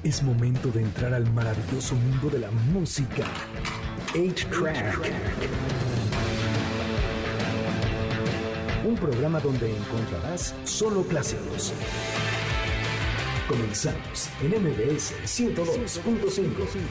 Es momento de entrar al maravilloso mundo de la música. 8-Track. Un programa donde encontrarás solo clásicos. Comenzamos en MBS 102.5.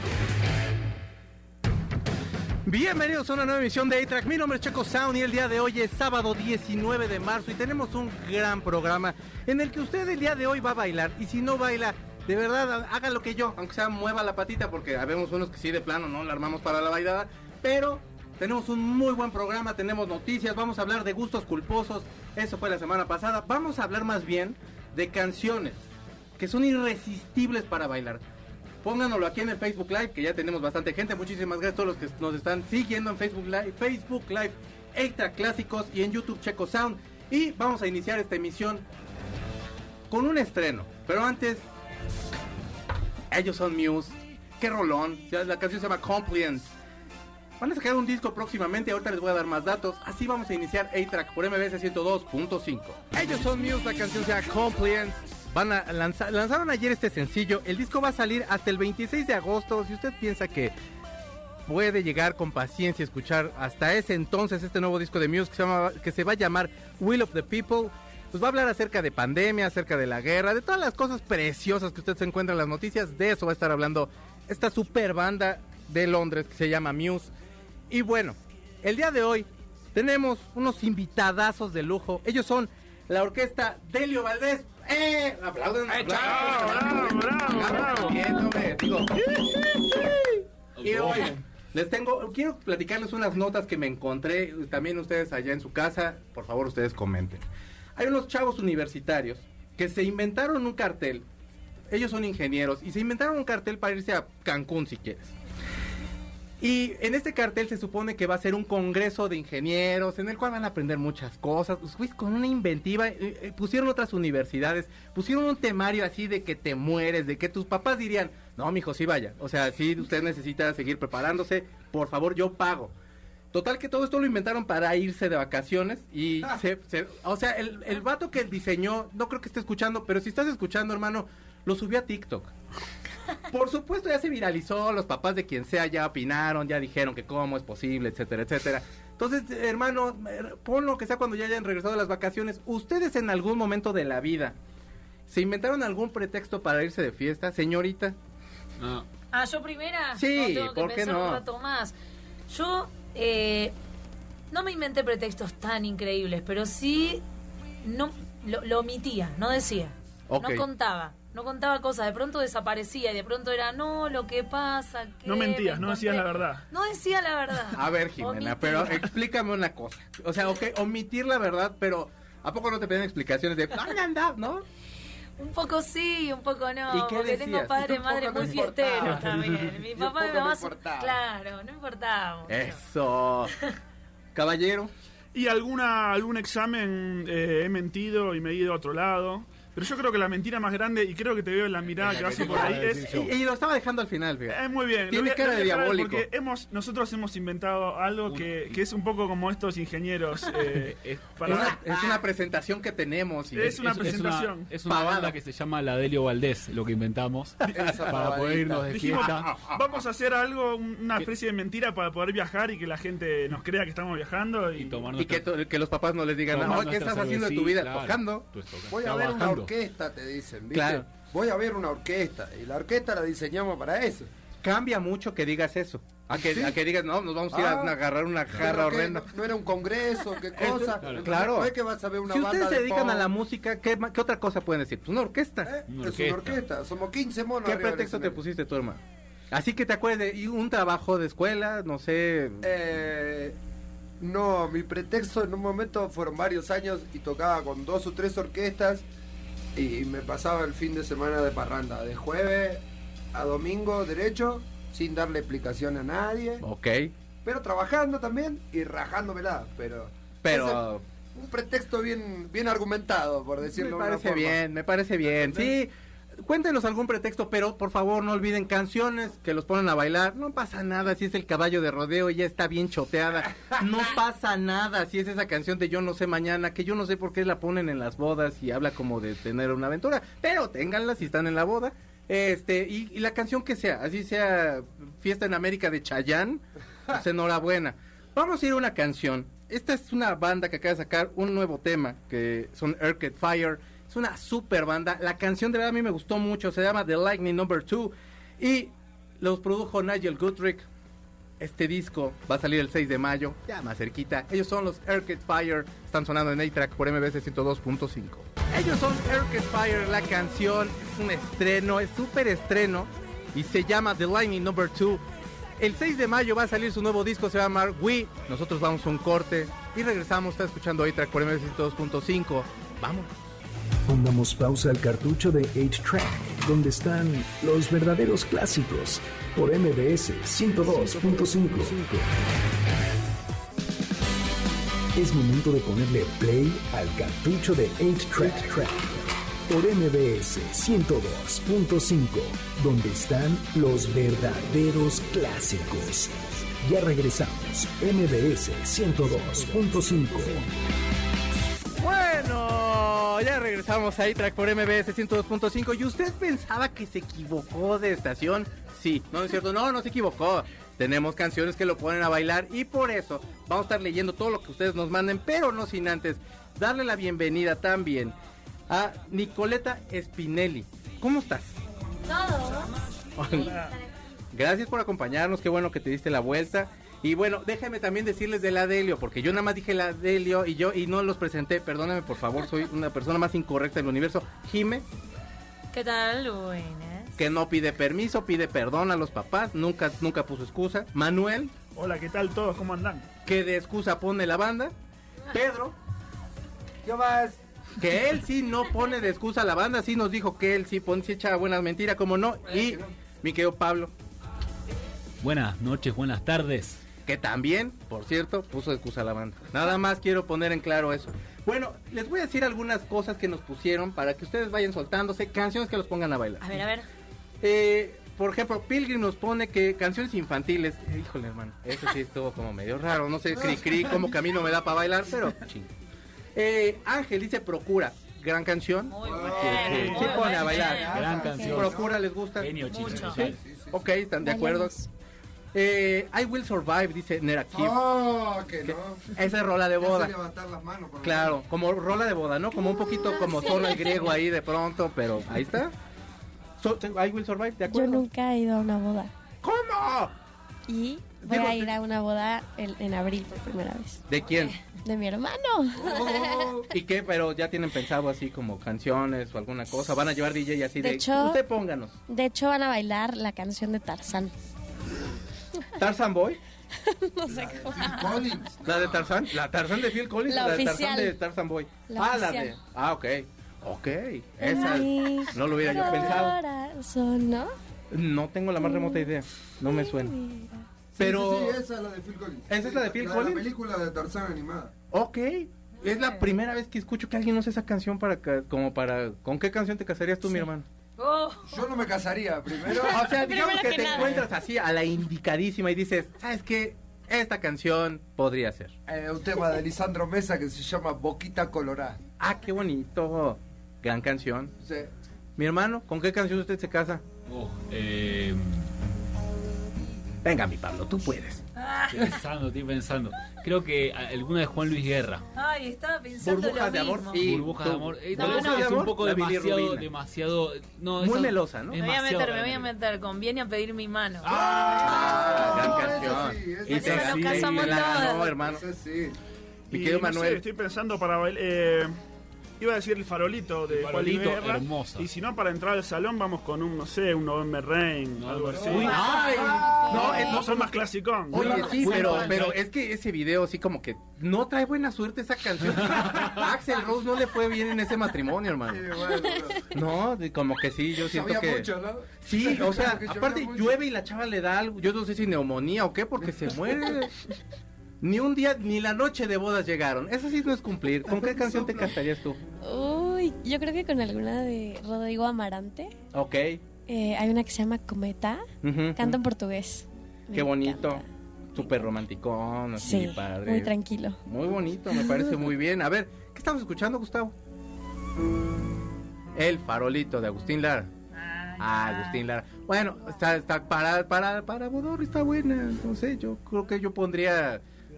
Bienvenidos a una nueva emisión de 8-Track. Mi nombre es Checo Sound y el día de hoy es sábado 19 de marzo y tenemos un gran programa en el que usted el día de hoy va a bailar, y si no baila, de verdad, haga lo que yo, aunque sea mueva la patita, porque habemos unos que sí de plano no la armamos para la bailada, pero tenemos un muy buen programa, tenemos noticias, vamos a hablar de gustos culposos, eso fue la semana pasada, vamos a hablar más bien de canciones que son irresistibles para bailar. Pónganoslo aquí en el Facebook Live, que ya tenemos bastante gente, muchísimas gracias a todos los que nos están siguiendo en Facebook Live 8-Track Clásicos y en YouTube Checo Sound, y vamos a iniciar esta emisión con un estreno, pero antes... Ellos son Muse, qué rolón, la canción se llama Compliance. Van a sacar un disco próximamente, ahorita les voy a dar más datos. Así vamos a iniciar 8-Track por MBS 102.5. Ellos son Muse, la canción se llama Compliance. Lanzaron ayer este sencillo, el disco va a salir hasta el 26 de agosto. Si usted piensa que puede llegar con paciencia a escuchar hasta ese entonces este nuevo disco de Muse que se va a llamar Will of the People, pues va a hablar acerca de pandemia, acerca de la guerra, de todas las cosas preciosas que usted se encuentra en las noticias. De eso va a estar hablando esta super banda de Londres que se llama Muse. Y bueno, el día de hoy tenemos unos invitadazos de lujo. Ellos son la orquesta Delio Valdés. ¡Aplauden! ¡Bravo! Y hoy quiero platicarles unas notas que me encontré. También ustedes allá en su casa, por favor, ustedes comenten. Hay unos chavos universitarios que se inventaron un cartel. Ellos son ingenieros y se inventaron un cartel para irse a Cancún, si quieres. Y en este cartel se supone que va a ser un congreso de ingenieros en el cual van a aprender muchas cosas. Pues, con una inventiva, pusieron otras universidades, pusieron un temario así de que te mueres, de que tus papás dirían, no, mijo, sí vaya. O sea, si usted necesita seguir preparándose, por favor, yo pago. Total que todo esto lo inventaron para irse de vacaciones y o sea, el vato que diseñó, no creo que esté escuchando, pero si estás escuchando, hermano, lo subió a TikTok. Por supuesto ya se viralizó, los papás de quien sea ya opinaron, ya dijeron que cómo es posible, etcétera, etcétera. Entonces, hermano, ponlo que sea cuando ya hayan regresado de las vacaciones. ¿Ustedes en algún momento de la vida se inventaron algún pretexto para irse de fiesta, señorita? No. ¿Yo primera? Sí, no, ¿por qué no? Un rato más. Yo no me inventé pretextos tan increíbles, pero sí no lo omitía, no decía. Okay. No contaba cosas, de pronto desaparecía y de pronto era, no, lo que pasa que... No mentías, no decías la verdad. No decía la verdad. A ver, Jimena, pero explícame una cosa. O sea, omitir la verdad, pero ¿a poco no te piden explicaciones de ¿no? Un poco sí, un poco no. ¿Y qué porque decías? Tengo padre y madre muy fiesteros también. Mi papá y mi mamá claro, no importaba mucho. Eso. Caballero. Y algún examen he mentido y me he ido a otro lado. Pero yo creo que la mentira más grande, y creo que te veo en la mirada que hace por ahí, es... Y lo estaba dejando al final, fíjate. Muy bien. Tiene cara de diabólico. Porque nosotros hemos inventado algo que es un poco como estos ingenieros. Es una presentación que tenemos. Y es una presentación. Es una banda que se llama la Delio Valdés, lo que inventamos, para poder irnos de fiesta. Vamos a hacer algo, una especie de mentira para poder viajar y que la gente nos crea que estamos viajando. Y que los papás no les digan, ¿qué estás haciendo de tu vida? Claro, tocando. Voy a ver una orquesta, te dicen, ¿viste? Claro. Voy a ver una orquesta, y la orquesta la diseñamos para eso. Cambia mucho que digas eso. A que digas, no, nos vamos a ir a agarrar una jarra horrenda. No era un congreso, qué cosa. Claro. No es que vas a ver una banda. Si ustedes se dedican pop a la música, ¿qué otra cosa pueden decir? Pues una orquesta. Es una orquesta. Somos 15 monos. ¿Qué pretexto te pusiste tú, hermano? Así que te acuerdes de un trabajo de escuela, no sé. No, mi pretexto en un momento fueron varios años y tocaba con 2 o 3 orquestas. Y me pasaba el fin de semana de parranda, de jueves a domingo derecho, sin darle explicación a nadie. Ok. Pero trabajando también y rajándomela, pero un pretexto bien argumentado, por decirlo de una forma. Me parece bien. Sí, cuéntenos algún pretexto, pero por favor no olviden canciones que los ponen a bailar. No pasa nada si es el caballo de rodeo y ya está bien choteada. No pasa nada si es esa canción de Yo no sé mañana, que yo no sé por qué la ponen en las bodas y habla como de tener una aventura. Pero ténganla si están en la boda. Y la canción que sea, así sea Fiesta en América de Chayanne, pues enhorabuena. Vamos a ir a una canción. Esta es una banda que acaba de sacar un nuevo tema, que son Arcade Fire. Es una super banda. La canción de verdad a mí me gustó mucho, se llama The Lightning No. 2 y los produjo Nigel Godrich. Este disco va a salir el 6 de mayo, ya más cerquita. Ellos son los Arcade Fire, están sonando en A-Track por MBS 102.5. Ellos son Arcade Fire, la canción es un estreno, es súper estreno y se llama The Lightning No. 2. El 6 de mayo va a salir su nuevo disco, se llama We. Nosotros vamos a un corte y regresamos, está escuchando A-Track por MBS 102.5. Vamos. Pongamos pausa al cartucho de 8-Track, donde están los verdaderos clásicos, por MBS 102.5. Es momento de ponerle play al cartucho de 8-Track, por MBS 102.5, donde están los verdaderos clásicos. Ya regresamos, MBS 102.5. Bueno, ya regresamos a A-Track por MBS 102.5. ¿Y usted pensaba que se equivocó de estación? Sí, no es cierto, no se equivocó. Tenemos canciones que lo ponen a bailar y por eso vamos a estar leyendo todo lo que ustedes nos manden, pero no sin antes darle la bienvenida también a Nicoleta Spinelli. ¿Cómo estás? Todo. Hola. Gracias por acompañarnos, qué bueno que te diste la vuelta. Y bueno, déjame también decirles de la Delio, porque yo nada más dije la Delio y no los presenté. Perdóname, por favor, soy una persona más incorrecta del universo. Jime. ¿Qué tal? Buenas. Que no pide permiso, pide perdón a los papás, nunca puso excusa. Manuel. Hola, ¿qué tal todos? ¿Cómo andan? Que de excusa pone la banda. Pedro. ¿Qué más? Que él sí no pone de excusa la banda, sí nos dijo que él sí echa buenas mentiras, como no. Y mi querido Pablo. Buenas noches, buenas tardes. Que también, por cierto, puso de excusa la banda. Nada más quiero poner en claro eso. Bueno, les voy a decir algunas cosas que nos pusieron para que ustedes vayan soltándose, canciones que los pongan a bailar. A ver. Por ejemplo, Pilgrim nos pone que canciones infantiles. Híjole, hermano, eso sí estuvo como medio raro. No sé, cri, como que a mí no me da para bailar, pero ching. Ángel dice Procura, gran canción. Muy buena. Sí pone a bailar. Gran canción. Procura, ¿les gusta? Genio chino. Mucho. Sí. Ok, ¿están de acuerdo? I Will Survive, dice Nerakib. Que no. Esa es rola de Te boda. hace levantar las manos, por Claro, como rola de boda, ¿no? Como un poquito como solo el griego ahí de pronto, pero ahí está. I Will Survive, ¿de Yo acuerdo? nunca he ido a una boda. ¿Cómo? Y voy Digo, a ir a una boda en abril por primera vez. ¿De quién? De mi hermano. ¿Y qué? Pero ya tienen pensado así como canciones o alguna cosa. Van a llevar DJ así De de... hecho- Usted pónganos. De hecho, van a bailar la canción de Tarzán. ¿Tarzan Boy? No sé cómo. Phil Collins. ¿La de Tarzan? ¿La Tarzan de Phil Collins La o la de oficial. Tarzan de Tarzan Boy? La la de... oficial. Ok. Ok. Esa Ay, no lo hubiera yo pensado. corazón, ¿no? No tengo la más remota idea. No me suena. Pero... Sí, esa es la de Phil Collins. ¿Esa es la de Phil Collins? La película de Tarzán animada. Ok. Es la primera vez que escucho que alguien usa esa canción para... ¿Con qué canción te casarías tú, mi hermano? Oh, Yo no me casaría primero. O sea, digamos Primero que que te nada. encuentras así a la indicadísima y dices, ¿sabes qué? Esta canción podría ser. Un tema de Lisandro Mesa que se llama Boquita Colorada. Ah, qué bonito. Gran canción. Sí. Mi hermano, ¿con qué canción usted se casa? Venga, mi Pablo, tú puedes. Estoy pensando. Creo que alguna de Juan Luis Guerra. ay, estaba pensando Burbujas lo de amor. mismo. Y Burbujas tú- de amor. ¿Burbujas Tal vez de es amor? un poco La bilirrubina. demasiado. No, Muy esa- melosa, ¿no? es Me voy a demasiado meter, dramática. con Viene a pedir mi mano. Gran esa canción. sí, esa Y sí. te Nos casamos la ganó, todas. hermano. Esa sí. Mi Y querido no sé, Manuel. estoy pensando para bailar. Iba a decir el farolito de El Juan Luis farolito, Guerra. hermosa. Y si no, para entrar al salón vamos con un, no sé, un November Rain, algo así. Uy, ay, No, son más clasicón. Oye, sí, Bueno, pero es que ese video sí como que no trae buena suerte esa canción. Axel Rose no le fue bien en ese matrimonio, hermano. Sí, bueno, No, como que sí, yo siento Sabía que... mucho, ¿no? Sí, o sea, Que llovía aparte mucho. llueve y la chava le da algo, yo no sé si neumonía o qué, porque se muere. Ni un día, ni la noche de bodas llegaron. Eso sí no es cumplir. ¿Con qué canción te casarías tú? Uy, yo creo que con alguna de Rodrigo Amarante. Ok. Hay una que se llama Cometa. Ujú, Canta en portugués. Me Qué bonito. encanta. Súper romanticón, así, Sí, padre. muy tranquilo. Muy bonito, me parece muy bien. A ver, ¿qué estamos escuchando, Gustavo? El farolito de Agustín Lara. Agustín Lara. Bueno, está para Bodorrio está buena. No sé, yo creo que yo pondría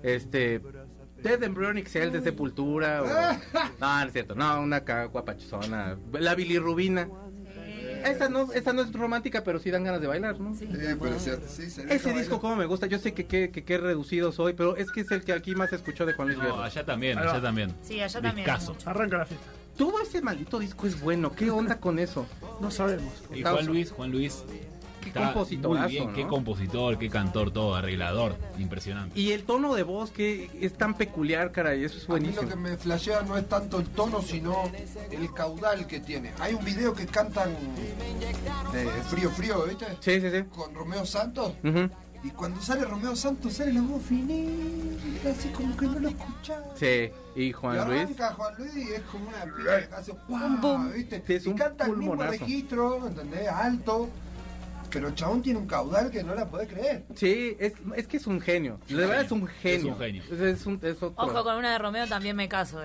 Dead Embryonic Cell de Sepultura. No es cierto. No, una guapachona. La bilirrubina. Esta no es romántica, pero sí dan ganas de bailar, ¿no? Sí. Pero sí, Ese disco como me gusta, yo sé que reducido soy, pero es que es el que aquí más se escuchó de Juan Luis Guerra. No, allá también. Sí, allá también. Discazo. Arranca la fiesta. Todo ese maldito disco es bueno, ¿qué onda con eso? No sabemos. Y Juan Luis Qué está compositorazo, muy bien, ¿no? qué compositor, qué cantor, todo, arreglador, impresionante. Y el tono de voz que es tan peculiar, caray, eso es A mí buenísimo. lo que me flashea no es tanto el tono, sino el caudal que tiene. Hay un video que cantan de Frío, ¿viste? Sí. Con Romeo Santos. Ujú. Y cuando sale Romeo Santos sale la voz finita, así como que no lo escuchás. Sí, y Y Juan Luis. arranca Juan Luis y es como una piba que hace ¡guau! boom. ¿Viste? Sí, es y un canta el mismo pulmonazo. registro, ¿entendés? Alto. Pero el chabón tiene un caudal que no la podés creer. Sí, es que es un genio. De verdad es un genio. Es un genio. Es otro. Ojo, con una de Romeo también me caso,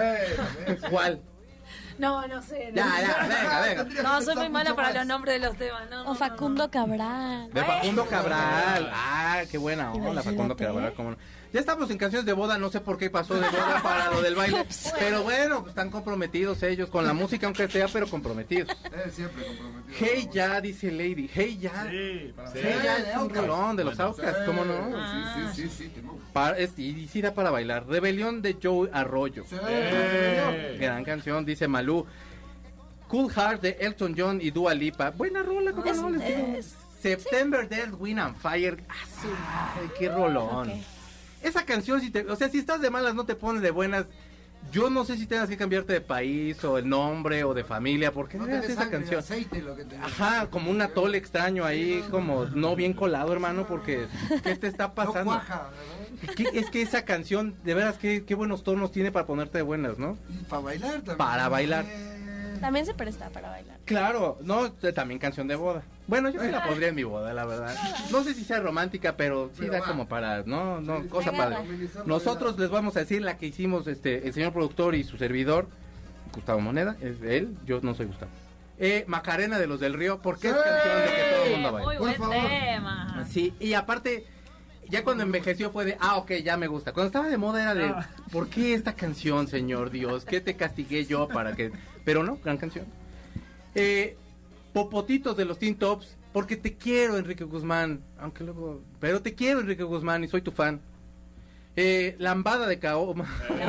¿Cuál? No sé. Ya, venga. No, soy muy mala para los nombres de los temas. No, O Facundo Cabral. De Facundo Cabral. Ah, qué buena onda, Imagínate. Facundo Cabral. ¿Cómo no? Ya estamos en canciones de boda, no sé por qué pasó de boda para lo del baile. Pero bueno, pues están comprometidos ellos con la música, aunque sea, pero comprometidos. Siempre comprometido. Hey ya, dice Lady. Hey ya. Sí, para Hey ya es un rolón de los Bueno, Outcasts, ¿cómo no? Sí, tenemos. Y sí da para bailar. Rebelión de Joe Arroyo. Gran canción, dice Malú. Cool Heart de Elton John y Dua Lipa. Buena rola, ¿cómo no? Les digo. September Death, Wind and Fire. Ay, qué rolón. Ok. Esa canción, si estás de malas, no te pones de buenas. Yo no sé si tengas que cambiarte de país o el nombre o de familia, porque no tenés esa sangre, canción. aceite lo que tenés. Ajá, como un atole extraño ahí, como no bien colado, hermano, porque ¿qué te está No pasando? cuaja, ¿verdad? Es que esa canción, de veras, qué buenos tonos tiene para ponerte de buenas, ¿no? Y para bailar también. Para bailar. También se presta para bailar. Claro, no, también canción de boda. Bueno, yo sí la pondría en mi boda, la verdad. No sé si sea romántica, pero sí Pero da va. como para, no, cosa Pegada. padre. Nosotros les vamos a decir la que hicimos el señor productor y su servidor, Gustavo Moneda, es él, yo no soy Gustavo. Macarena de los del Río, porque es canción de que todo el mundo baila. Muy Por buen favor. tema. Sí, y aparte, ya cuando envejeció fue de, ok, ya me gusta. Cuando estaba de moda era de, ¿por qué esta canción, señor Dios? ¿Qué te castigué yo para que...? Pero no, gran canción. Popotitos de los Teen Tops, porque te quiero, Enrique Guzmán, aunque luego... Pero te quiero, Enrique Guzmán, y soy tu fan. Lambada de Caoma.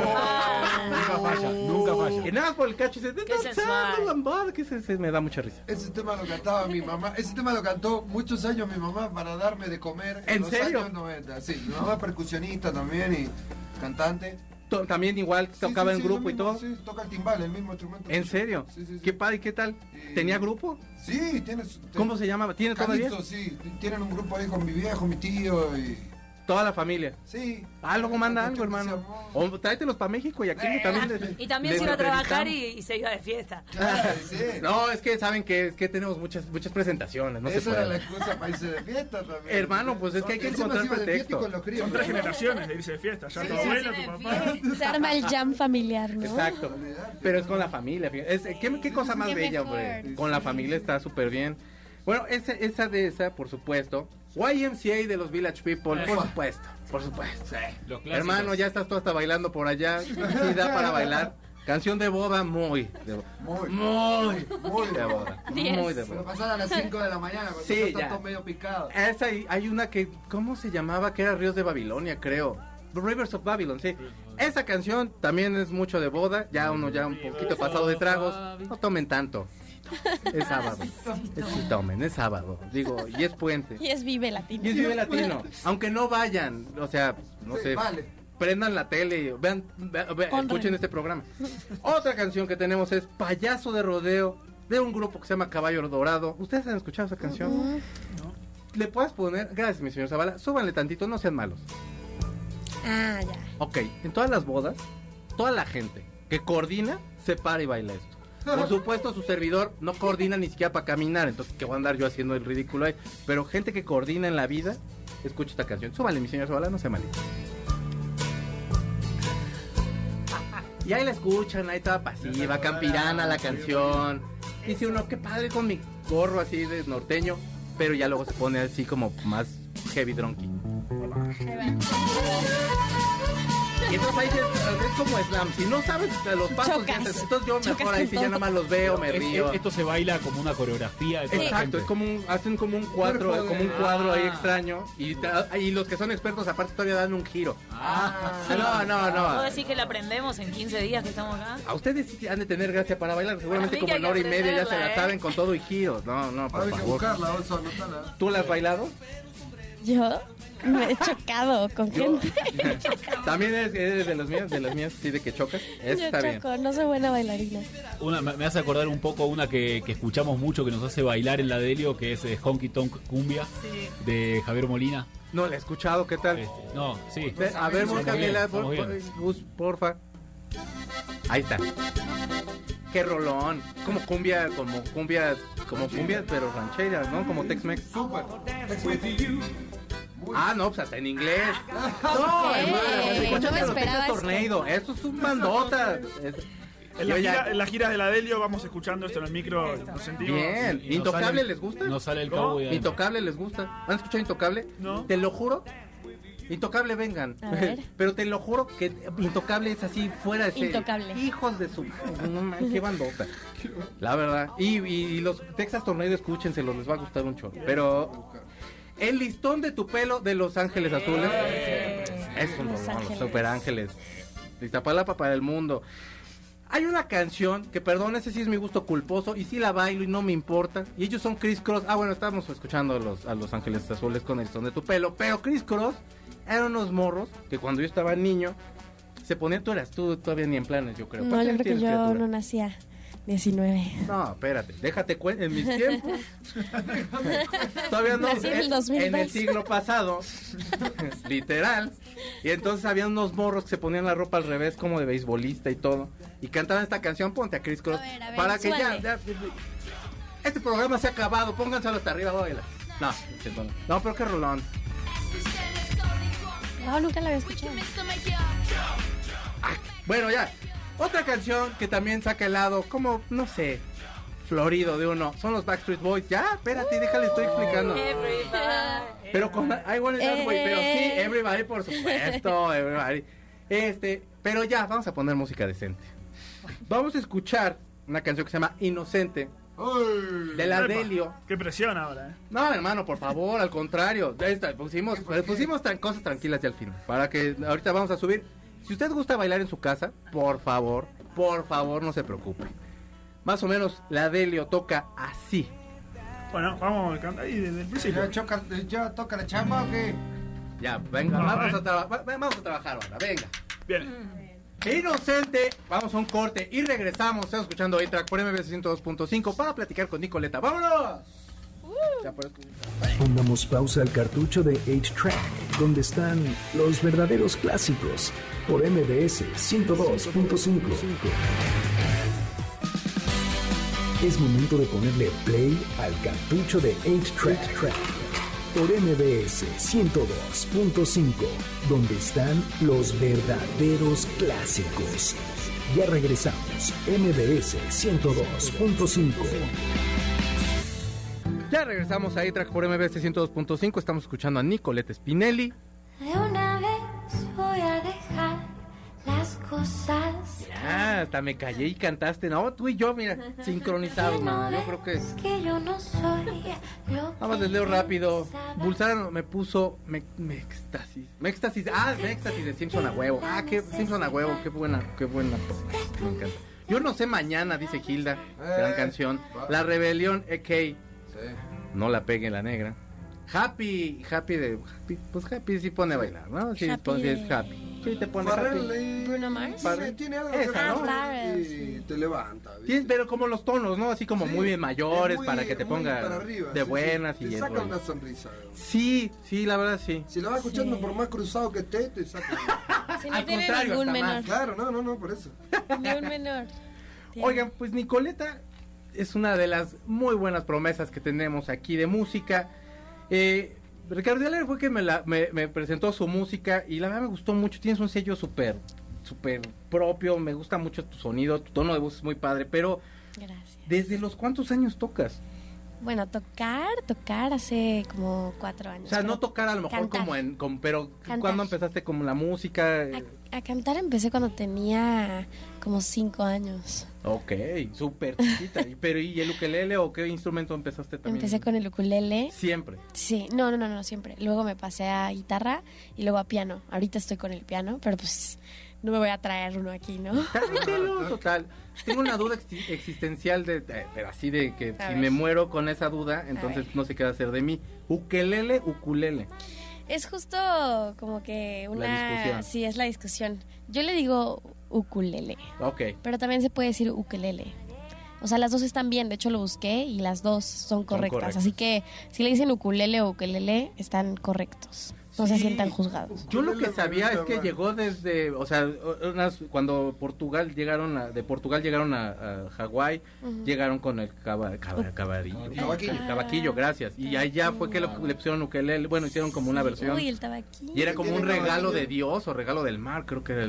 Nunca falla. Y nada más por el cacho, dice, Qué sensual. lambada, que me da mucha risa. Ese tema lo cantaba mi mamá. Ese tema lo cantó muchos años mi mamá para darme de comer. ¿En los serio? Años 90. Sí, mi mamá es percusionista también y cantante. También igual tocaba Sí, en sí, grupo lo y mismo, todo. Sí, toca el timbal, el mismo instrumento. ¿En serio? Sí. ¿Qué padre, qué tal? Y- ¿Tenía grupo? Sí, ¿Cómo se llamaba? ¿Tiene todavía? Calipso, sí. Tienen un grupo ahí con mi viejo, mi tío y... Toda la familia. Sí. Luego manda algo, Mucho hermano. entusiasmo. O tráetelos para México y aquí también. Y también se iba a trabajar y se iba de fiesta. Claro, sí. No, es que saben que tenemos muchas presentaciones, no se Esa era la puede. excusa para irse de fiesta también. Hermano, pues es que hay que Encima encontrar se iba de fiesta y pretexto. con los críos, Son 3 ¿no? generaciones de irse de fiesta. Ya tu abuela, tu papá. Se arma el jam familiar, ¿no? Exacto. Pero es con la familia. fíjate. ¿Qué cosa más Qué bella, mejor. hombre? Con la familia está súper bien. Bueno, esa, por supuesto. YMCA de los Village People, por supuesto. Los clásicos. Hermano, ya estás tú hasta bailando por allá. Sí, da para bailar. Canción de boda, muy de boda. Muy de boda. Muy de Se lo boda. pasaron a las 5 de la mañana cuando Sí, ya está ya. todo medio picado. Esa hay una que, ¿cómo se llamaba? Que era Ríos de Babilonia, creo. Rivers of Babylon, sí. Esa canción también es mucho de boda. Ya uno ya un poquito pasado de tragos. No tomen tanto. Es sábado. Sí tomen, es sábado. Digo, y es puente. Y es Vive Latino. Y es Vive Latino. Aunque no vayan, o sea, no Sí, sé. vale. Prendan la tele y vean, escuchen este programa. Otra canción que tenemos es Payaso de Rodeo, de un grupo que se llama Caballo Dorado. ¿Ustedes han escuchado esa canción? Le puedes poner, gracias mi señor Zavala, súbanle tantito, no sean malos. Ah, ya. Ok, en todas las bodas, toda la gente que coordina se para y baila esto. Por supuesto, su servidor no coordina ni siquiera para caminar, entonces que voy a andar yo haciendo el ridículo ahí. Pero gente que coordina en la vida, escucha esta canción. Súbale, mi señor Zavala, no sea malito. Y ahí la escuchan, ahí toda pasiva, campirana la canción. Dice uno, qué padre con mi gorro así de norteño, pero ya luego se pone así como más heavy drunky. Y entonces ahí es como slam. Si no sabes los pasos, entonces yo mejor ahí si ya nada más los veo, me río. Esto se baila como una coreografía. Exacto, es como hacen como un cuadro ahí extraño. Y los que son expertos aparte todavía dan un giro. No. ¿Puedo decir que la aprendemos en 15 días que estamos acá? A ustedes sí han de tener gracia para bailar. Seguramente como en hora y media ya se la saben con todo y giros. No, por Hay que favor. buscarla, Oso, anotala. ¿Tú la has bailado? Yo me he chocado con gente. También eres de las mías, sí, de que chocas. Eso Yo está choco, bien. no soy buena bailarina. Me hace acordar un poco una que escuchamos mucho, que nos hace bailar en la Delio, que es Honky Tonk Cumbia, de Javier Molina. No, la he escuchado, ¿qué tal? No, sí. A ver, Estamos Camila, bien. porfa. Ahí está. Qué rolón. Como cumbia, pero ranchera, ¿no? Como Tex-Mex. Súper. No, pues hasta en inglés. No, No escúchate me los esperaba Texas esto. Tornado. Eso es un bandota. En la gira de la Delio vamos escuchando esto en el micro. Nos sentimos. Bien. Y nos ¿Intocable sale- les gusta? Nos sale el ¿Cómo? cowboy. Intocable les gusta. ¿Han escuchado Intocable? No. Te lo juro. Intocable, vengan. A ver. Pero te lo juro que Intocable es así, fuera de serie. Intocable. Hijos de su... No man, qué bandota. La verdad. Y los Texas Tornado, escúchenselos, les va a gustar un chorro. Pero... El listón de tu pelo de Los Ángeles Azules. Es un Los rolón, los Ángeles. Super Ángeles. De Iztapalapa para el mundo. Hay una canción que, perdón, ese sí es mi gusto culposo y sí la bailo y no me importa. Y ellos son Criss Cross. Bueno, estábamos escuchando a los Ángeles Azules con el listón de tu pelo. Pero Criss Cross eran unos morros que cuando yo estaba niño se ponían, tú todavía ni en planes, yo creo. No, ¿Cuántos yo años creo que tienes, yo criatura? no nacía 19. No, espérate, déjate cuenta, en mis tiempos. Todavía no. Nací en el 2002. En el siglo pasado, literal. Y entonces había unos morros que se ponían la ropa al revés, como de beisbolista y todo. Y cantaban esta canción, ponte a Criss Cross. A ver, para que súbale. este programa se ha acabado, pónganselo hasta arriba, baila. No, pero qué rolón. No, nunca la había escuchado. Bueno, ya. Otra canción que también saca el lado, como, no sé, florido de uno. Son los Backstreet Boys. Ya, espérate, déjale, estoy explicando. Pero con I Want It That Way. Pero sí, Everybody, por supuesto. Everybody. Pero ya, vamos a poner música decente. Vamos a escuchar una canción que se llama Inocente, de la Epa, Delio. Qué presión ahora, No, hermano, por favor, al contrario. Pusimos cosas tranquilas ya al final. Para que ahorita vamos a subir. Si usted gusta bailar en su casa, por favor, no se preocupe. Más o menos la Delio toca así. Bueno, vamos a cantar ahí desde el principio. ¿Ya toca la chamba o qué? Ya, venga, vamos a trabajar ahora, venga. Bien. Inocente, vamos a un corte y regresamos. Estamos escuchando A-Track por MBS 102.5 para platicar con Nicoleta. ¡Vámonos! Ya por esto. Pongamos pausa al cartucho de 8-Track, donde están los verdaderos clásicos, por MBS 102.5. Es momento de ponerle play al cartucho de 8-Track, por MBS 102.5, donde están los verdaderos clásicos. Ya regresamos, MBS 102.5. Ya regresamos a A-Track por MBS 102.5. Estamos escuchando a Nicoleta Spinelli. De una vez voy a dejar las cosas. Ya, hasta me callé y cantaste. No, tú y yo, mira, sincronizados, mano. Yo creo que... Es que yo no soy lo Nada más les leo rápido. Bulsara me puso me éxtasis. Me éxtasis de Simpson a huevo. Qué Simpson a huevo, qué buena. Me encanta. Yo no sé mañana, dice Hilda. Gran canción. La rebelión EK. No la pegue la negra. Happy, pues Happy sí pone a bailar, ¿no? Sí, Happy es de- Happy. Sí te pone Farrell Happy. y- Bruno Mars. Sí, tiene algo Esa, que ¿no? Farrell, y te levanta. ¿viste? Tienes, pero como los tonos, ¿no? Así como Sí, muy bien mayores, es muy- para que te muy ponga para arriba, de sí, buenas sí. y Te el saca rollo. una sonrisa. Sí, la verdad sí. Si lo vas escuchando por más cruzado que esté, te saca. Si no Al tiene contrario, ningún hasta menor. más. Claro, no, por eso. Ni un menor. Tiene. Oigan, pues Nicoleta es una de las muy buenas promesas que tenemos aquí de música. Ricardo Aler fue que me presentó su música y la verdad me gustó mucho. Tienes un sello súper propio, me gusta mucho tu sonido, tu tono de voz es muy padre, pero Gracias. ¿desde los cuántos años tocas? Bueno, tocar hace como 4 años. O sea, no tocar a lo mejor cantar. pero Cantar. ¿cuándo empezaste con la música? A cantar empecé cuando tenía como 5 años. Ok, súper chiquita. ¿Y el ukelele o qué instrumento empezaste también? Empecé con el ukulele. Siempre. Sí, no, siempre. Luego me pasé a guitarra y luego a piano. Ahorita estoy con el piano, pero pues no me voy a traer uno aquí, ¿no? Tráetelo, total. Tengo una duda existencial pero así de que A si ver. me muero con esa duda, entonces no sé qué va a hacer de mí. Ukelele, ukulele. Es justo como que una... La discusión. Sí, es la discusión. Yo le digo ukulele, Ok. pero también se puede decir ukelele. O sea, las dos están bien. De hecho, lo busqué y las dos son correctas. correctas. Así que si le dicen ukulele o ukelele, están correctos. No se Sí. sientan juzgados. Yo lo que Ukulele sabía me es gusta que más. llegó desde, o sea, cuando de Portugal llegaron a Hawái, llegaron con el cavaquillo. El cavaquillo, gracias. Y allá fue que le pusieron ukelele, bueno, hicieron como una versión. Uy, el tabaquillo. Y era como un ¿Tiene regalo cavaquillo? de Dios o regalo del mar, creo que era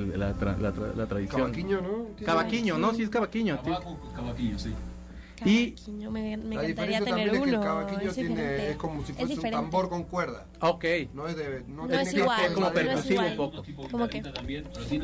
la tradición. Cavaquinho, ¿no? Tiene- Cavaquinho, ¿no? Sí es cavaquinho. Sí. Cavaquillo, sí. Y- Cavaquinho, me La encantaría diferencia tener también es que el uno. cavaquinho Es diferente. es como si Es fuese un diferente. tambor con cuerda. Ok. No es de. No tiene es que- igual, es como no es percusivo igual. un poco. Tipo ¿Cómo guitarrita que? también, pero tiene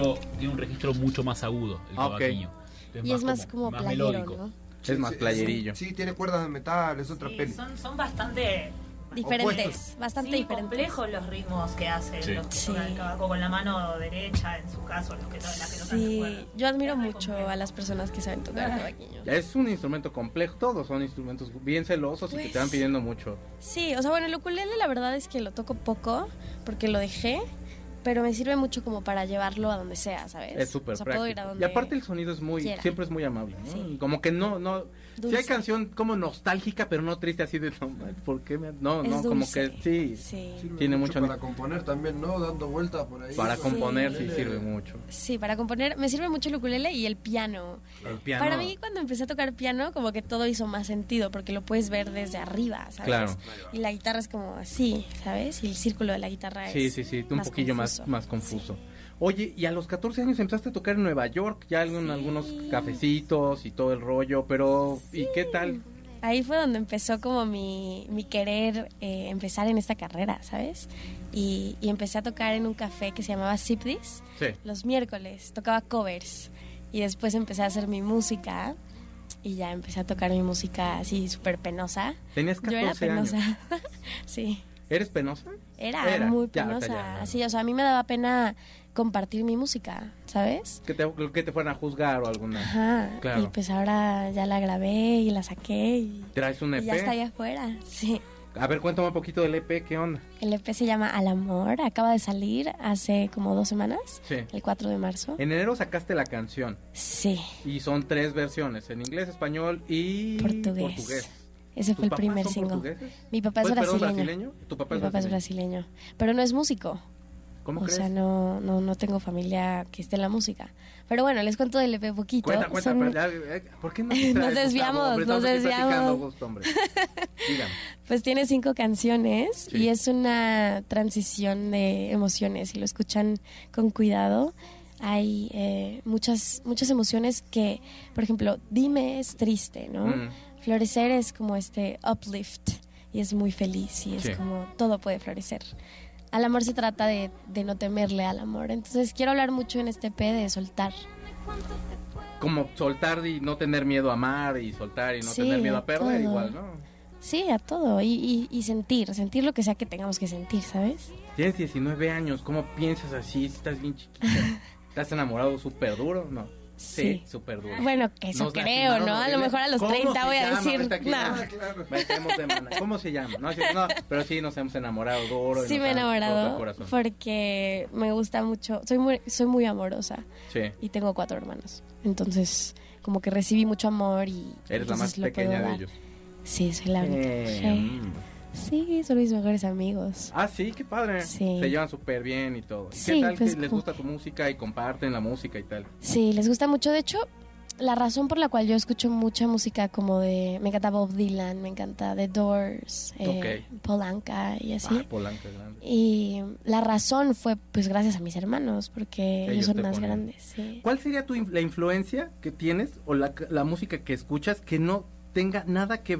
un registro mucho más agudo, el Ah, ok. cavaquinho. Entonces Y es más como más playero, melódico. ¿no? Es más playerillo. Sí, tiene cuerdas de metal, es otra Sí, peli. son bastante Diferentes, bastante sí, diferentes. complejos los ritmos que hacen Sí. los que Sí. tocan el cavaco con la mano derecha, en su caso, los que la que tocan de Sí, cuerda. yo admiro Es muy mucho complejo. a las personas que saben tocar cavaquinho. Es un instrumento complejo, todos son instrumentos bien celosos y que te van Pues- pidiendo mucho. Sí, o sea, bueno, el ukulele la verdad es que lo toco poco porque lo dejé, pero me sirve mucho como para llevarlo a donde sea, ¿sabes? Es súper O sea, puedo ir a práctico. donde Y aparte el sonido es quiera. siempre es muy amable, ¿no? Sí. Y como que no, si Dulce. hay canción como nostálgica, pero no triste, así de, no, ¿por qué no, es no, como dulce. que sí, Sí. Sirve Tiene mucho para componer también, ¿no? Dando vueltas por ahí. para con- componer sí ukulele. sirve mucho. Sí, para componer me sirve mucho el ukulele y el piano. El piano. Para mí cuando empecé a tocar piano como que todo hizo más sentido porque lo puedes ver desde arriba, ¿sabes? Claro. Y la guitarra es como así, ¿sabes? Y el círculo de la guitarra es Sí, un poquillo confuso. más confuso. Oye, y a los 14 años empezaste a tocar en Nueva York, ya en algunos cafecitos y todo el rollo, pero ¿y qué tal? Ahí fue donde empezó como mi querer empezar en esta carrera, ¿sabes? Y empecé a tocar en un café que se llamaba Sip This Sí. los miércoles, tocaba covers y después empecé a hacer mi música y ya empecé a tocar mi música así súper penosa. Tenías Yo era 14 años. penosa, sí, ¿Eres penosa? era muy ya, penosa, ya. así, o sea, a mí me daba pena compartir mi música, ¿sabes? Que te fueran a juzgar o alguna. Ajá, Claro. y pues ahora ya la grabé y la saqué y, ¿Traes un y EP? ya está allá afuera, sí. A ver, cuéntame un poquito del EP, ¿qué onda? El EP se llama Al Amor, acaba de salir hace como 2 semanas, Sí. el 4 de marzo. En enero sacaste la canción Sí, y son 3 versiones, en inglés, español y portugués. Ese fue ¿Tus el papás primer son single. portugueses? Mi papá es Pues, perdón, brasileño. ¿Tu papá Mi es papá es brasileño? brasileño, pero no es músico. ¿Cómo O crees? sea, no tengo familia que esté en la música. Pero bueno, les cuento del EP poquito. Cuenta, Son- pero ¿por qué no te Nos traes, desviamos, Gustavo, hombre? nos Estamos aquí desviamos. platicando, Gusto, hombre. Dígame. Pues tiene 5 canciones Sí. y es una transición de emociones. Si lo escuchan con cuidado, hay muchas emociones que, por ejemplo, Dime es triste, ¿no? Mm. Florecer es como este uplift y es muy feliz y es Sí. como todo puede florecer. Al amor se trata de no temerle al amor. Entonces quiero hablar mucho en este EP de soltar. Como soltar y no tener miedo a amar y soltar y no Sí, tener miedo a perder, todo. igual, ¿no? Sí, a todo y sentir lo que sea que tengamos que sentir, ¿sabes? Tienes 19 años, ¿cómo piensas así? Estás bien chiquita. ¿Estás enamorado súper duro? No. Sí. súper duro. Bueno, que eso Nos creo, lastimaron ¿no? A lo horrible. mejor a los ¿Cómo 30 se voy a llama? decir, Ahorita aquí, no. Claro. Metemos de mano. ¿Cómo se llama? No, pero sí nos hemos enamorado duro. y Sí nos me he han roto el enamorado corazón. porque me gusta mucho, soy muy amorosa Sí. y tengo 4 hermanos. Entonces, como que recibí mucho amor y Eres la más entonces lo puedo pequeña de dar. ellos. Sí, soy la única. Sí, son mis mejores amigos. Ah, sí, qué padre. Sí. Se llevan súper bien y todo. ¿Y Sí, ¿Qué tal pues, que les como- gusta tu música y comparten la música y tal? Sí, les gusta mucho. De hecho, la razón por la cual yo escucho mucha música como de... Me encanta Bob Dylan, me encanta The Doors, Paul Anka y así. Ah, Polanca es grande. Y la razón fue pues gracias a mis hermanos, porque ellos son te más ponen. grandes. Sí. ¿Cuál sería la influencia que tienes o la música que escuchas que no tenga nada que ver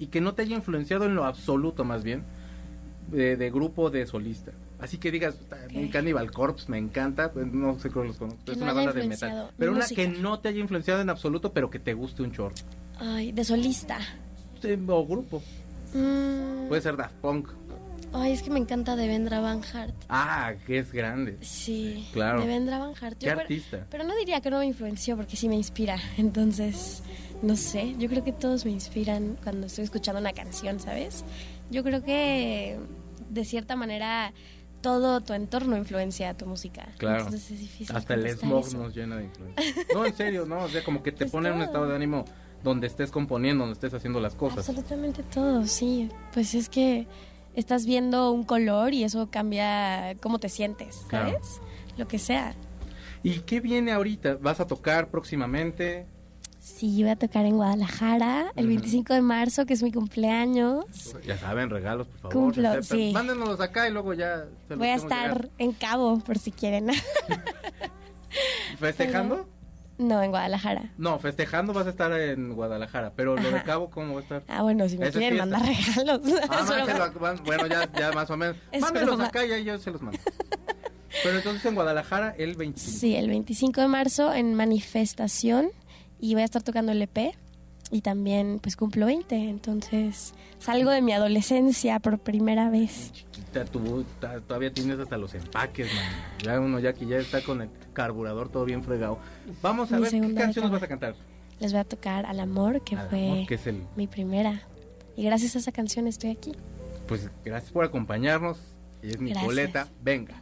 y que no te haya influenciado en lo absoluto, más bien, de grupo, de solista. Así que digas, Cannibal Corpse me encanta, pues no sé cómo los conozco, es una banda de metal. Pero una que no te haya influenciado en absoluto, pero que te guste un chorro. Ay, de solista. Sí, o grupo. Puede ser Daft Punk. Ay, es que me encanta Devendra Banhart. Ah, que es grande. Sí, claro. Devendra Banhart. ¿Qué artista? Pero no diría que no me influenció, porque sí me inspira. Entonces, no sé, yo creo que todos me inspiran cuando estoy escuchando una canción, ¿sabes? Yo creo que, de cierta manera, todo tu entorno influencia a tu música. Claro. Entonces es difícil. Hasta el smog nos llena de influencia. No, en serio, no, o sea, como que te pone en un estado de ánimo donde estés componiendo, donde estés haciendo las cosas. Absolutamente todo, sí. Pues es que estás viendo un color y eso cambia cómo te sientes, ¿sabes? Claro. Lo que sea. ¿Y qué viene ahorita? ¿Vas a tocar próximamente? Sí, voy a tocar en Guadalajara el 25 de marzo, que es mi cumpleaños. Ya saben, regalos, por favor. Cumplo, sí. Mándenos acá y luego ya se los voy a estar en Cabo, por si quieren. ¿Festejando? No, en Guadalajara. No, festejando vas a estar en Guadalajara, pero lo de Cabo, ¿cómo va a estar? Ah, bueno, si me quieren mandar regalos. Bueno, ya más o menos. Mándenlos acá y yo se los mando. Pero entonces en Guadalajara el 25. Sí, el 25 de marzo en Manifestación, y voy a estar tocando el EP, y también pues cumplo 20, entonces salgo de mi adolescencia por primera vez. Chiquita, tú todavía tienes hasta los empaques, man. Ya uno ya que ya está con el carburador todo bien fregado. Vamos a ver qué canciones vas a cantar. Les voy a tocar Al Amor, que fue mi primera, y gracias a esa canción estoy aquí. Pues gracias por acompañarnos, y es Nicoleta, venga.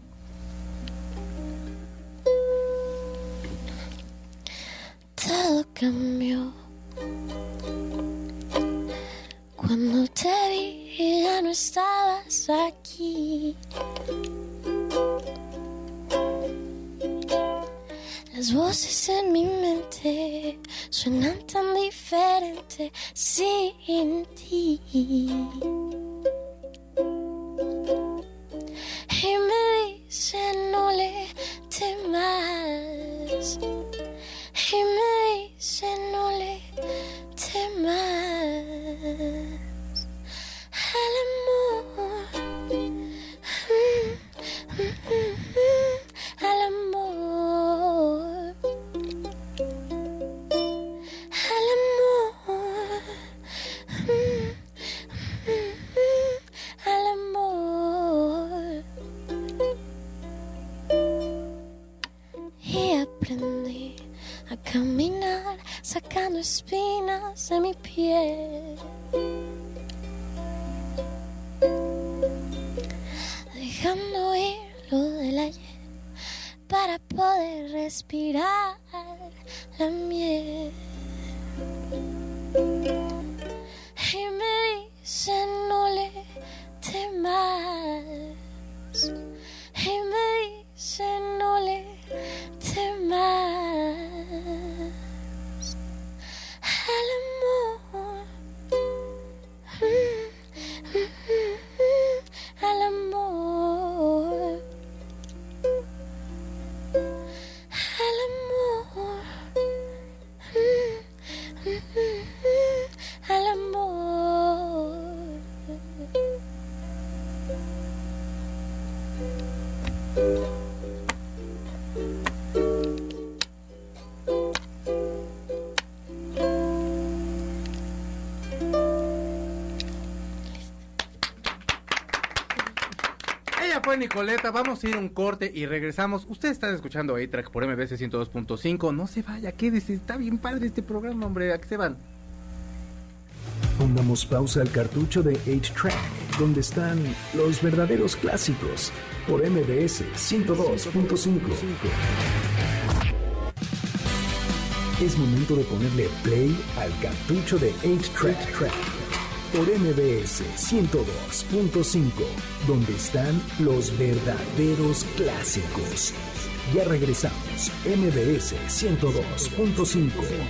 Todo cambió cuando te vi y ya no estabas aquí. Las voces en mi mente suenan tan diferente sin ti. Y me dicen no le temas. Y me dice no le temas al amor, al amor, al amor, al amor. Y aprendí a caminar sacando espinas de mi piel, dejando ir lo del ayer para poder respirar la miel. Y me dicen no le temas, y me dicen no le temas al amor, al amor, al amor, al amor. Fue Nicoleta, vamos a ir a un corte y regresamos. Ustedes están escuchando A-Track por MBC 102.5. No se vaya, quédese, está bien padre este programa, hombre. ¿A qué se van? Pongamos pausa al cartucho de 8-Track, donde están los verdaderos clásicos por MBS 102.5. Es momento de ponerle play al cartucho de 8-Track por MBS 102.5, donde están los verdaderos clásicos. Ya regresamos, MBS 102.5.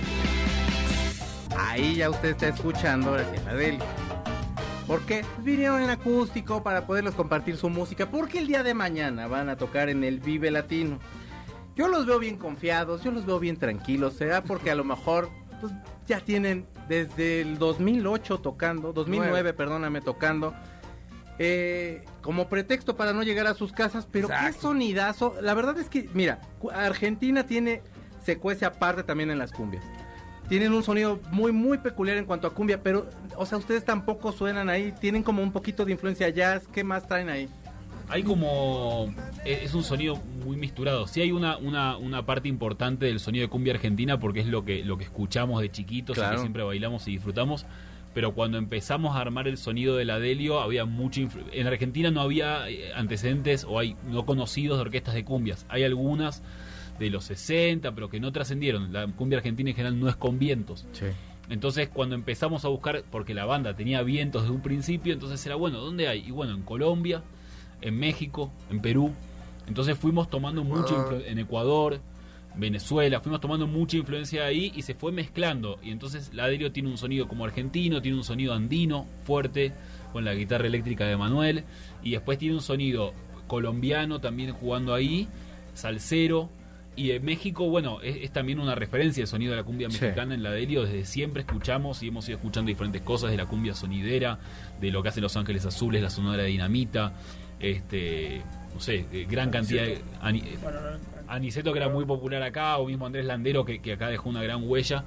Ahí ya usted está escuchando ahora sí la Adele. ¿Por qué? Vinieron en acústico para poderles compartir su música, porque el día de mañana van a tocar en el Vive Latino. Yo los veo bien confiados, yo los veo bien tranquilos, será porque a lo mejor pues, ya tienen desde el 2008 tocando, 2009, perdóname, tocando, como pretexto para no llegar a sus casas, pero qué sonidazo. La verdad es que, mira, Argentina se cuece aparte también en las cumbias. Tienen un sonido muy, muy peculiar en cuanto a cumbia, pero, o sea, ustedes tampoco suenan ahí, tienen como un poquito de influencia jazz. ¿Qué más traen ahí? Hay como... es un sonido muy misturado. Sí hay una parte importante del sonido de cumbia argentina, porque es lo que escuchamos de chiquitos, y que siempre bailamos y disfrutamos. Pero cuando empezamos a armar el sonido de la Delio, había mucha en Argentina no había antecedentes o hay no conocidos de orquestas de cumbias. Hay algunas de los 60, pero que no trascendieron. La cumbia argentina en general no es con vientos. Sí. Entonces cuando empezamos a buscar, porque la banda tenía vientos desde un principio, entonces era bueno, ¿dónde hay? Y bueno, en Colombia, en México, en Perú. Entonces fuimos tomando mucha en Ecuador, Venezuela, fuimos tomando mucha influencia ahí y se fue mezclando. Y entonces la Delio tiene un sonido como argentino, tiene un sonido andino fuerte con la guitarra eléctrica de Manuel, y después tiene un sonido colombiano también jugando ahí, salsero. Y de México, bueno, es también una referencia el sonido de la cumbia mexicana en la Delio. Desde siempre escuchamos y hemos ido escuchando diferentes cosas de la cumbia sonidera, de lo que hacen Los Ángeles Azules, la Sonora Dinamita, no sé, gran cantidad de... Aniceto, que era muy popular acá, o mismo Andrés Landero, que acá dejó una gran huella.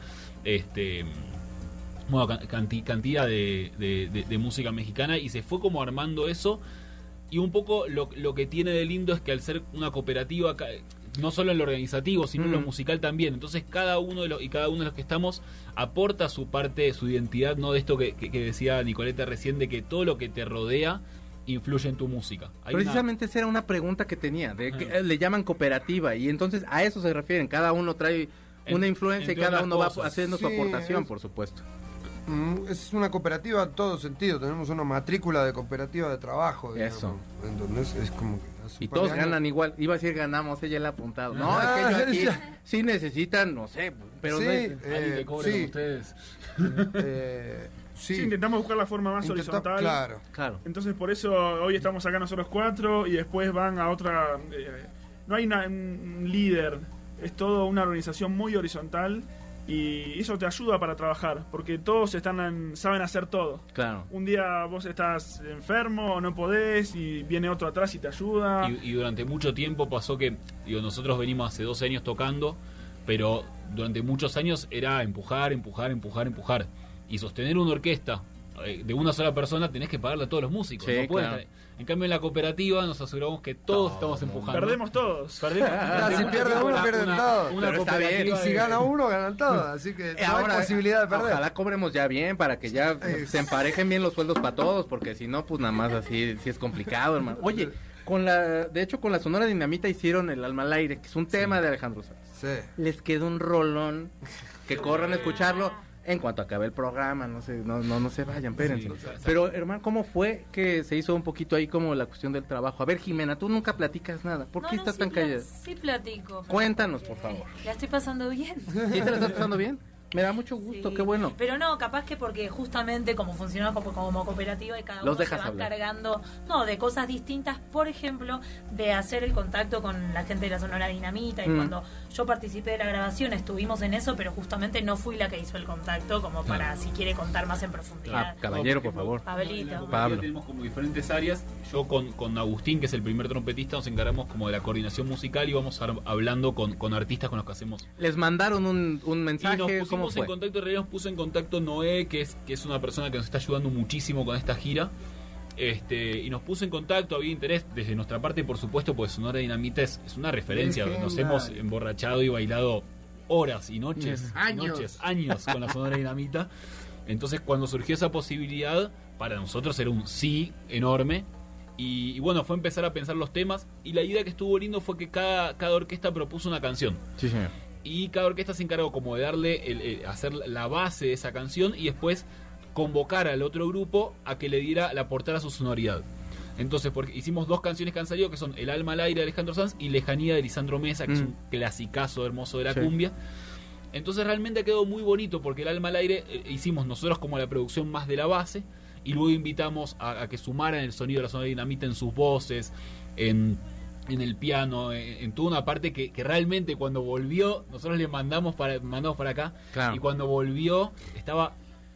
Bueno, cantidad de música mexicana, y se fue como armando eso. Y un poco lo que tiene de lindo es que al ser una cooperativa, no solo en lo organizativo, sino en lo musical también, entonces cada uno de los que estamos aporta su parte, su identidad, no de esto que decía Nicoleta recién, de que todo lo que te rodea influye en tu música. Precisamente esa era una pregunta que tenía, de que le llaman cooperativa, y entonces a eso se refieren, cada uno trae una influencia y cada uno va haciendo su aportación, por supuesto. Es una cooperativa en todo sentido, tenemos una matrícula de cooperativa de trabajo, digamos. Eso. Entonces es como que y todos ganan igual. Iba a decir ganamos, ella le ha apuntado. No, es que ellos aquí sí necesitan, no sé, pero sí, no alguien que cobre con ustedes. Sí, intentamos buscar la forma más horizontal. Claro. Entonces por eso hoy estamos acá nosotros 4 y después van a otra... no hay un líder, es todo una organización muy horizontal, y eso te ayuda para trabajar, porque todos saben hacer todo. Claro. Un día vos estás enfermo o no podés y viene otro atrás y te ayuda. Y durante mucho tiempo pasó que, nosotros venimos hace 12 años tocando, pero durante muchos años era empujar. Y sostener una orquesta de una sola persona tenés que pagarle a todos los músicos. Sí, no pueden estar. En cambio en la cooperativa nos aseguramos que todos estamos empujando. Perdemos todos. Si pierde uno, pierden todos. Y si gana uno, ganan todos. Así que no hay posibilidad de perder. Ojalá cobremos ya bien para que ya se emparejen bien los sueldos para todos, porque si no, pues nada más así sí es complicado, hermano. Oye, de hecho con la Sonora Dinamita hicieron El Alma al Aire, que es un tema de Alejandro Sanz. Sí. Les quedó un rolón, que corran a escucharlo en cuanto acabe el programa, no se vayan, espérense. Pero, hermano, ¿cómo fue que se hizo un poquito ahí como la cuestión del trabajo? A ver, Jimena, tú nunca platicas nada. ¿Por qué estás tan callada? Sí platico. Cuéntanos, por favor. La estoy pasando bien. ¿Sí te la estás pasando bien? Me da mucho gusto, sí. Qué bueno. Pero no, capaz que porque justamente como funciona como cooperativa y cada Los uno se dejas va hablar. cargando de cosas distintas, por ejemplo, de hacer el contacto con la gente de la Sonora Dinamita, y cuando yo participé de la grabación estuvimos en eso, pero justamente no fui la que hizo el contacto como para, si quiere contar más en profundidad. Caballero, por favor. Pablito. Pablo. Tenemos como diferentes áreas. Yo con Agustín, que es el primer trompetista, nos encargamos como de la coordinación musical y vamos hablando con artistas con los que hacemos. Les mandaron un mensaje. Y nos ¿Cómo pusimos fue? en contacto, en realidad nos puso en contacto Noé, que es una persona que nos está ayudando muchísimo con esta gira. Y nos puso en contacto, había interés desde nuestra parte, por supuesto, pues Sonora Dinamita es una referencia. Nos hemos emborrachado y bailado horas y noches, años con la Sonora Dinamita. Entonces, cuando surgió esa posibilidad, para nosotros era un sí enorme. Y bueno, fue empezar a pensar los temas. Y la idea que estuvo lindo fue que cada orquesta propuso una canción. Sí, señor. Y cada orquesta se encargó como de darle hacer la base de esa canción y después convocar al otro grupo a que le aportara su sonoridad. Entonces, porque hicimos 2 canciones que han salido, que son El Alma al Aire de Alejandro Sanz y Lejanía de Lisandro Mesa, que es un clasicazo hermoso de la cumbia. Entonces realmente quedó muy bonito, porque El Alma al Aire hicimos nosotros como la producción más de la base, y luego invitamos a que sumaran el sonido de la Sonora Dinamita en sus voces, en el piano, en toda una parte que realmente cuando volvió, nosotros le mandamos para acá, claro. Y cuando volvió estaba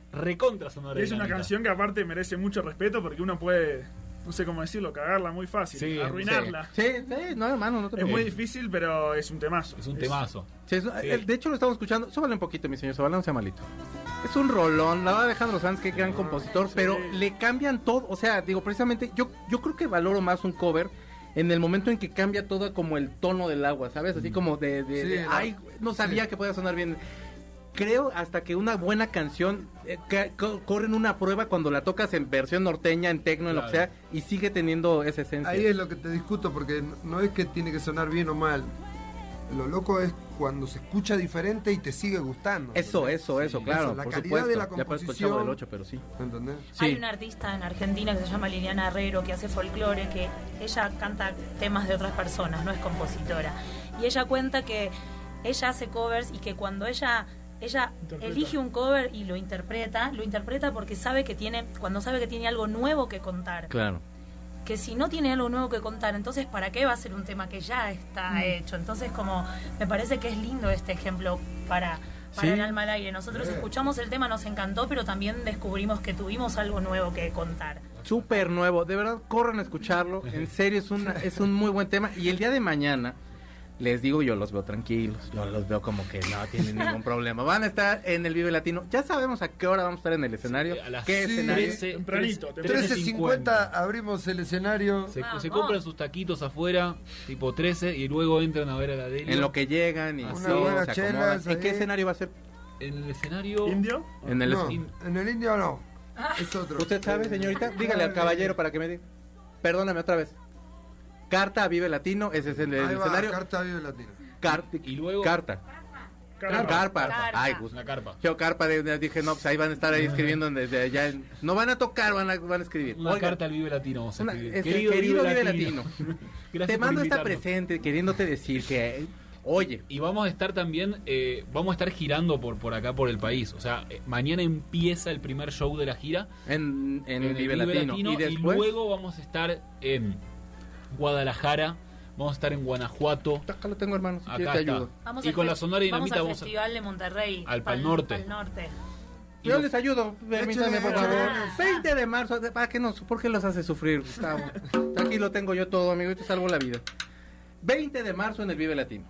recontra Sonora Y es una Dinamita. canción que aparte merece mucho respeto porque uno puede, no sé cómo decirlo, cagarla muy fácil, Sí, arruinarla. Sí, no, hermano, no te Es muy preocupes. difícil, pero es un temazo. Es un temazo. Sí, de hecho lo estamos escuchando. Súbale un poquito, mi señor Zavala, no sea malito. Es un rolón, la verdad, Alejandro Sanz, qué gran compositor, sí. pero le cambian todo. O sea, digo, precisamente, yo creo que valoro más un cover en el momento en que cambia todo como el tono del agua, ¿sabes? Así como ay, no sabía que podía sonar bien. Creo hasta que una buena canción corren una prueba cuando la tocas en versión norteña, en tecno, en lo que sea, y sigue teniendo esa esencia. Ahí es lo que te discuto, porque no es que tiene que sonar bien o mal. Lo loco es cuando se escucha diferente y te sigue gustando. Eso, claro, la por calidad supuesto. de la Ya parezco el composición. Chavo del 8, pero sí. ¿Entendés? Sí. Hay una artista en Argentina que se llama Liliana Herrero, que hace folclore, que ella canta temas de otras personas, no es compositora. Y ella cuenta que ella hace covers y que cuando ella elige un cover y lo interpreta porque sabe que tiene algo nuevo que contar. Claro. Que si no tiene algo nuevo que contar, entonces ¿para qué va a ser un tema que ya está hecho? Entonces como me parece que es lindo este ejemplo para Sí. el alma al aire. Nosotros escuchamos el tema, nos encantó, pero también descubrimos que tuvimos algo nuevo que contar. Súper nuevo, de verdad, corran a escucharlo. En serio, es un muy buen tema. Y el día de mañana, les digo, yo los veo tranquilos. Yo los veo como que no tienen ningún problema. Van a estar en el Vive Latino. Ya sabemos a qué hora vamos a estar en el escenario. A las ¿Qué escenario? 13, Tempranito, 13:50 abrimos el escenario. Se compran sus taquitos afuera, tipo 13, y luego entran a ver a la Delio. En lo que llegan y Una sí, buena se chelas acomodan. ¿En qué ahí. escenario va a ser? En el escenario... ¿Indio? En el No, en el indio no. Es otro. ¿Usted sabe, señorita? Dígale al caballero para que me diga. Perdóname otra vez. Carta a Vive Latino, ese es el Ahí va, escenario. Carta Vive Latino. Y luego- Carta. Carpa. Ay, pues, Una carpa. yo carpa, dije, no, pues ahí van a estar ahí escribiendo desde allá. No van a tocar, van a escribir. Una Oiga, carta al Vive Latino vamos a escribir. querido Vive Latino. Gracias Te por mando esta invitarnos. presente queriéndote decir que, oye, Y vamos a estar también, vamos a estar girando por acá, por el país. O sea, mañana empieza el primer show de la gira. en el Vive Latino. Y después, luego vamos a estar en Guadalajara, vamos a estar en Guanajuato. acá lo tengo, hermano, si quieres Acá te está. ayudo. Vamos Y al con la fes- Sonora Dinamita vamos al vamos a- Festival de Monterrey. Al Pal Norte. Pal Norte. Y Yo los- les ayudo, permítanme por favor. Ah. 20 de marzo, ¿por qué los hace sufrir, Gustavo? Aquí lo tengo yo todo, amigo, y te salvo la vida. 20 de marzo en el Vive Latino.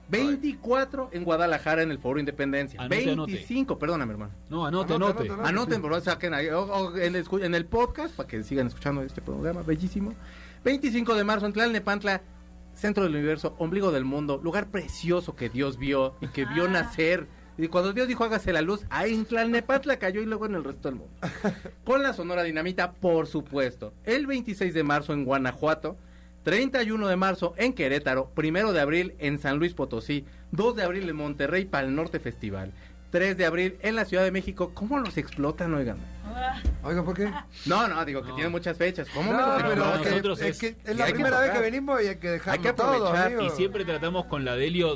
24 en Guadalajara en el Foro Independencia. Anote, 25, perdóname, hermano. No, anote. Anoten, por favor, saquen ahí, o en el podcast para que sigan escuchando este programa bellísimo. 25 de marzo en Tlalnepantla, centro del universo, ombligo del mundo, lugar precioso que Dios vio y que vio nacer. Y cuando Dios dijo hágase la luz, ahí en Tlalnepantla cayó y luego en el resto del mundo. Con la Sonora Dinamita, por supuesto. El 26 de marzo en Guanajuato, 31 de marzo en Querétaro, 1 de abril en San Luis Potosí, 2 de abril en Monterrey Pal Norte Festival, 3 de abril en la Ciudad de México. ¿Cómo los explotan, oigan? Oiga, ¿por qué? No, digo que tienen muchas fechas. ¿Cómo me No, los pero explotan? nosotros es es- que es la hay que primera vez tocar. que venimos y hay que dejarlo Hay que todo, aprovechar. amigo. Y siempre tratamos con la Delio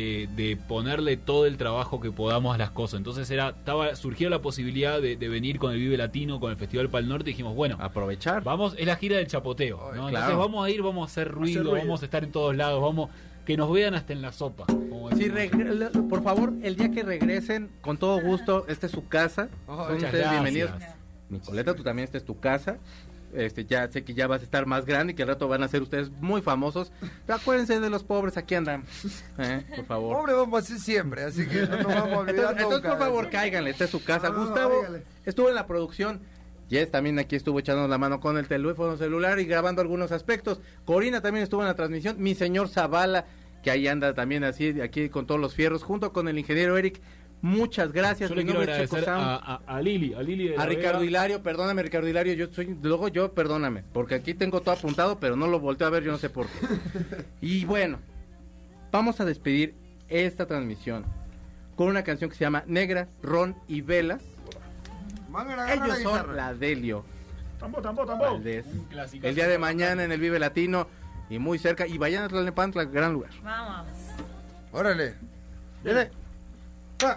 de ponerle todo el trabajo que podamos a las cosas. Entonces surgió la posibilidad de venir con el Vive Latino, con el Festival Pal Norte, y dijimos, bueno, Aprovechar. vamos, es la gira del chapoteo, ¿no? claro. Entonces vamos a ir, vamos a hacer ruido, vamos a estar en todos lados, vamos, que nos vean hasta en la sopa. como Sí, decimos. por favor, el día que regresen, con todo gusto, esta es su casa. Son muchas ustedes gracias. bienvenidos. Nicoleta, tú también, esta es tu casa. Ya sé que ya vas a estar más grande y que al rato van a ser ustedes muy famosos. Pero acuérdense de los pobres, aquí andan. Por favor. Pobre vamos a ser siempre, así que no nos vamos a olvidar Entonces, nunca. por favor, cáiganle, esta es su casa. No, Gustavo dígale. estuvo en la producción. Jess también aquí estuvo echándonos la mano con el teléfono celular y grabando algunos aspectos. Corina también estuvo en la transmisión. Mi señor Zavala, que ahí anda también así, aquí con todos los fierros, junto con el ingeniero Eric. Muchas gracias. Yo le Mi quiero nombre es Checo agradecer Sound. a Lili de la A Ricardo Vega. Hilario, perdóname Ricardo Hilario, yo perdóname, porque aquí tengo todo apuntado, pero no lo volteo a ver, yo no sé por qué. Y bueno, vamos a despedir esta transmisión con una canción que se llama Negra, Ron y Velas. Van a agarrar Ellos la son guitarra. la Delio Tambo. Valdés. Un clasicazo. El día de mañana en el Vive Latino y muy cerca, y vayan a Tlalnepantla, gran lugar. Vamos. Órale. Viene. Va.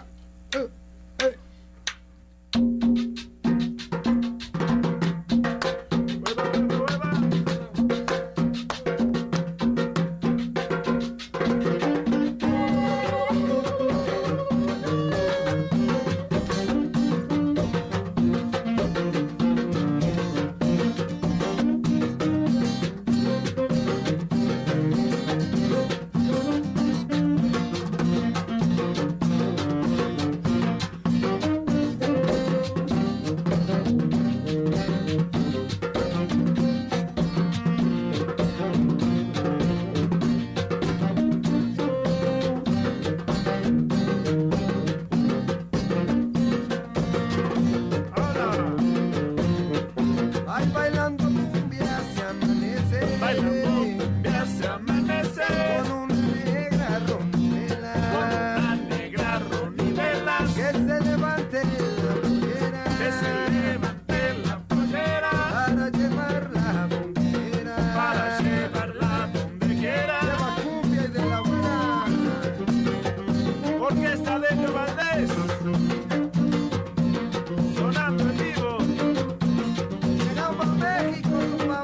México,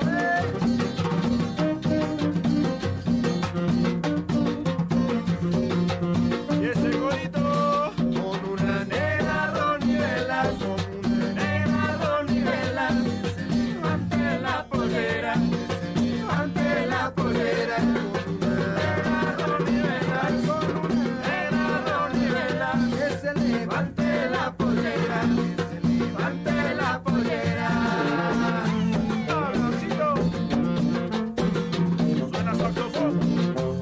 Y ese corito con una negra ronivelas, con una negra ronivelas, ante la pollera, ante la pollera, con una negra ronivelas, que se levante la pollera, que se levante la pollera. Carlosito. Suena saxofón.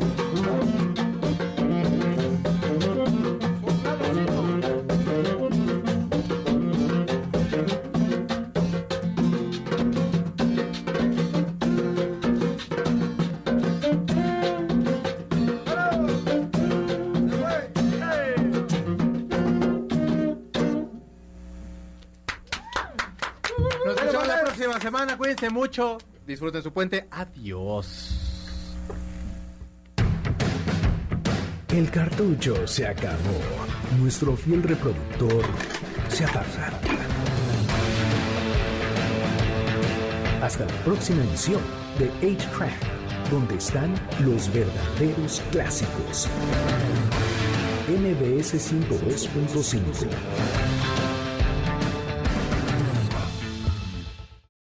Nos escuchamos la próxima semana. Cuídense mucho. Disfruten su puente. Adiós. El cartucho se acabó. Nuestro fiel reproductor se apaga. Hasta la próxima emisión de 8-Track, donde están los verdaderos clásicos. MBS 102.5.